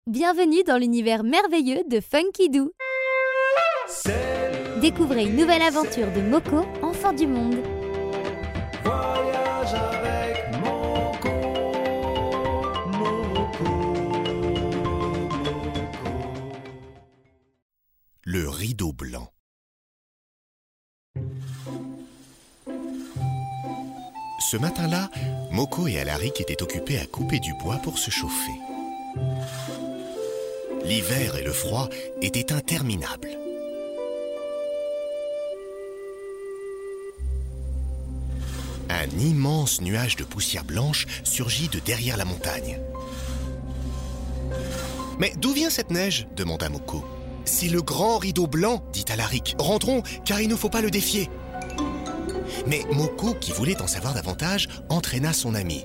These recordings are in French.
Bienvenue dans l'univers merveilleux de Funky Doo. Découvrez une nouvelle aventure de Moko, enfant du monde. Voyage avec Moko, Moko, Moko. Le rideau blanc. Ce matin-là, Moko et Alaric étaient occupés à couper du bois pour se chauffer. L'hiver et le froid étaient interminables. Un immense nuage de poussière blanche surgit de derrière la montagne. « Mais d'où vient cette neige ?» demanda Moko. « C'est le grand rideau blanc, dit Alaric. Rentrons, car il ne faut pas le défier. » Mais Moko, qui voulait en savoir davantage, entraîna son ami.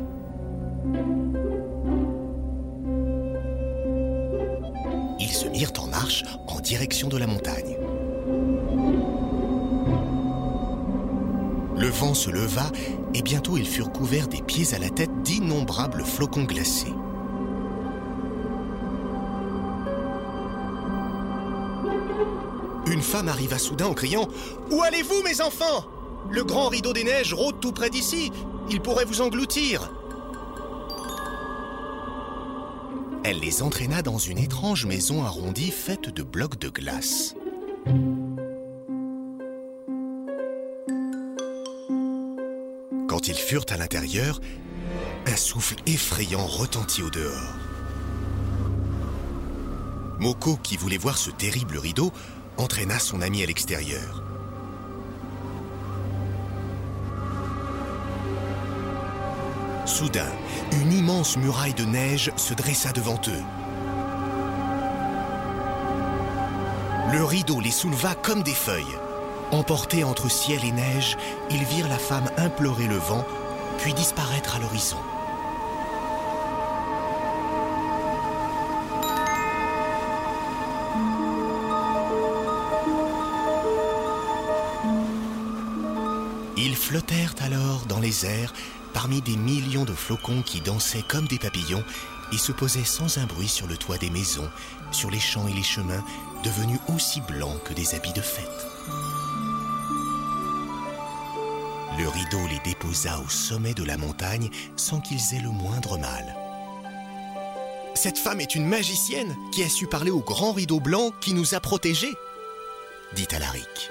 Ils se mirent en marche en direction de la montagne. Le vent se leva et bientôt ils furent couverts des pieds à la tête d'innombrables flocons glacés. Une femme arriva soudain en criant « Où allez-vous, mes enfants ? Le grand rideau des neiges rôde tout près d'ici. Il pourrait vous engloutir. » Elle les entraîna dans une étrange maison arrondie faite de blocs de glace. Quand ils furent à l'intérieur, un souffle effrayant retentit au dehors. Moko, qui voulait voir ce terrible rideau, entraîna son ami à l'extérieur. Soudain, une immense muraille de neige se dressa devant eux. Le rideau les souleva comme des feuilles. Emportés entre ciel et neige, ils virent la femme implorer le vent, puis disparaître à l'horizon. Ils flottèrent alors dans les airs parmi des millions de flocons qui dansaient comme des papillons et se posaient sans un bruit sur le toit des maisons, sur les champs et les chemins, devenus aussi blancs que des habits de fête. Le rideau les déposa au sommet de la montagne sans qu'ils aient le moindre mal. « Cette femme est une magicienne qui a su parler au grand rideau blanc qui nous a protégés, » dit Alaric.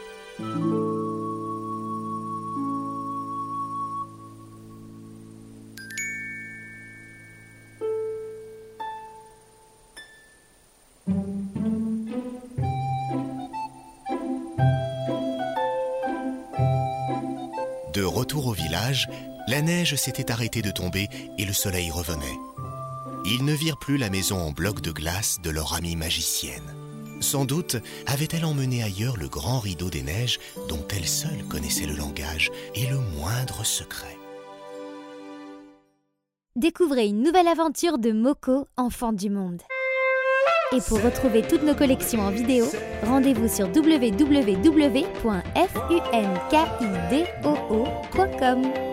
De retour au village, la neige s'était arrêtée de tomber et le soleil revenait. Ils ne virent plus la maison en blocs de glace de leur amie magicienne. Sans doute avait-elle emmené ailleurs le grand rideau des neiges dont elle seule connaissait le langage et le moindre secret. Découvrez une nouvelle aventure de Moko, enfant du monde. Et pour retrouver toutes nos collections en vidéo, rendez-vous sur www.funkidoo.com.